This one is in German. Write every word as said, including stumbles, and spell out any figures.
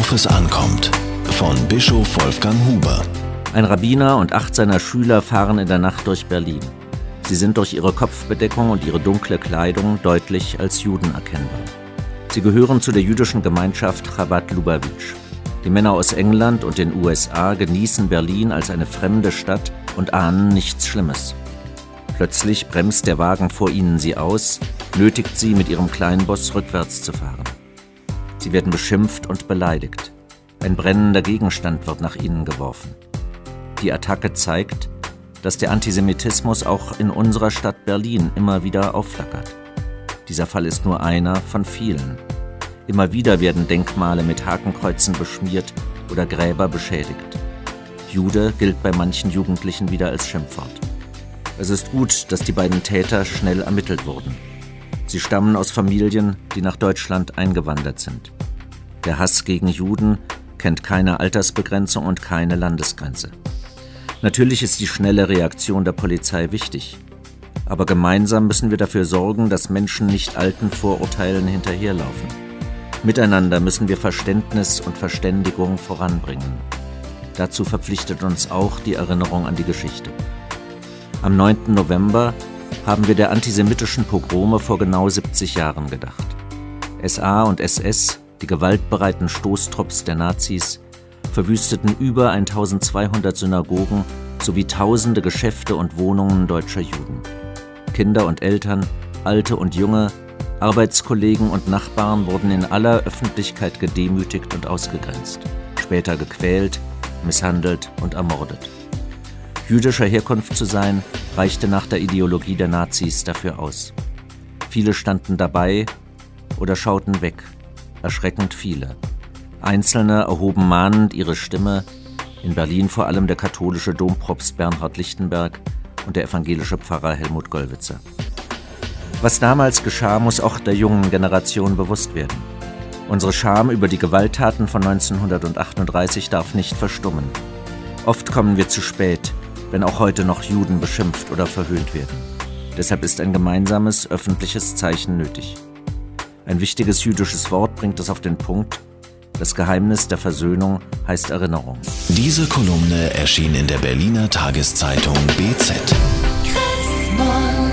Worauf es ankommt, von Bischof Wolfgang Huber. Ein Rabbiner und acht seiner Schüler fahren in der Nacht durch Berlin. Sie sind durch ihre Kopfbedeckung und ihre dunkle Kleidung deutlich als Juden erkennbar. Sie gehören zu der jüdischen Gemeinschaft Chabad Lubavitch. Die Männer aus England und den U S A genießen Berlin als eine fremde Stadt und ahnen nichts Schlimmes. Plötzlich bremst der Wagen vor ihnen sie aus, nötigt sie, mit ihrem Kleinboss rückwärts zu fahren. Sie werden beschimpft und beleidigt. Ein brennender Gegenstand wird nach ihnen geworfen. Die Attacke zeigt, dass der Antisemitismus auch in unserer Stadt Berlin immer wieder aufflackert. Dieser Fall ist nur einer von vielen. Immer wieder werden Denkmale mit Hakenkreuzen beschmiert oder Gräber beschädigt. Jude gilt bei manchen Jugendlichen wieder als Schimpfwort. Es ist gut, dass die beiden Täter schnell ermittelt wurden. Sie stammen aus Familien, die nach Deutschland eingewandert sind. Der Hass gegen Juden kennt keine Altersbegrenzung und keine Landesgrenze. Natürlich ist die schnelle Reaktion der Polizei wichtig. Aber gemeinsam müssen wir dafür sorgen, dass Menschen nicht alten Vorurteilen hinterherlaufen. Miteinander müssen wir Verständnis und Verständigung voranbringen. Dazu verpflichtet uns auch die Erinnerung an die Geschichte. Am neunten November haben wir der antisemitischen Pogrome vor genau siebzig Jahren gedacht. S A und S S, die gewaltbereiten Stoßtrupps der Nazis, verwüsteten über eintausendzweihundert Synagogen sowie tausende Geschäfte und Wohnungen deutscher Juden. Kinder und Eltern, Alte und Junge, Arbeitskollegen und Nachbarn wurden in aller Öffentlichkeit gedemütigt und ausgegrenzt, später gequält, misshandelt und ermordet. Jüdischer Herkunft zu sein, reichte nach der Ideologie der Nazis dafür aus. Viele standen dabei oder schauten weg, erschreckend viele. Einzelne erhoben mahnend ihre Stimme, in Berlin vor allem der katholische Dompropst Bernhard Lichtenberg und der evangelische Pfarrer Helmut Gollwitzer. Was damals geschah, muss auch der jungen Generation bewusst werden. Unsere Scham über die Gewalttaten von neunzehnhundertachtunddreißig darf nicht verstummen. Oft kommen wir zu spät, wenn auch heute noch Juden beschimpft oder verhöhnt werden. Deshalb ist ein gemeinsames öffentliches Zeichen nötig. Ein wichtiges jüdisches Wort bringt es auf den Punkt: Das Geheimnis der Versöhnung heißt Erinnerung. Diese Kolumne erschien in der Berliner Tageszeitung B Z.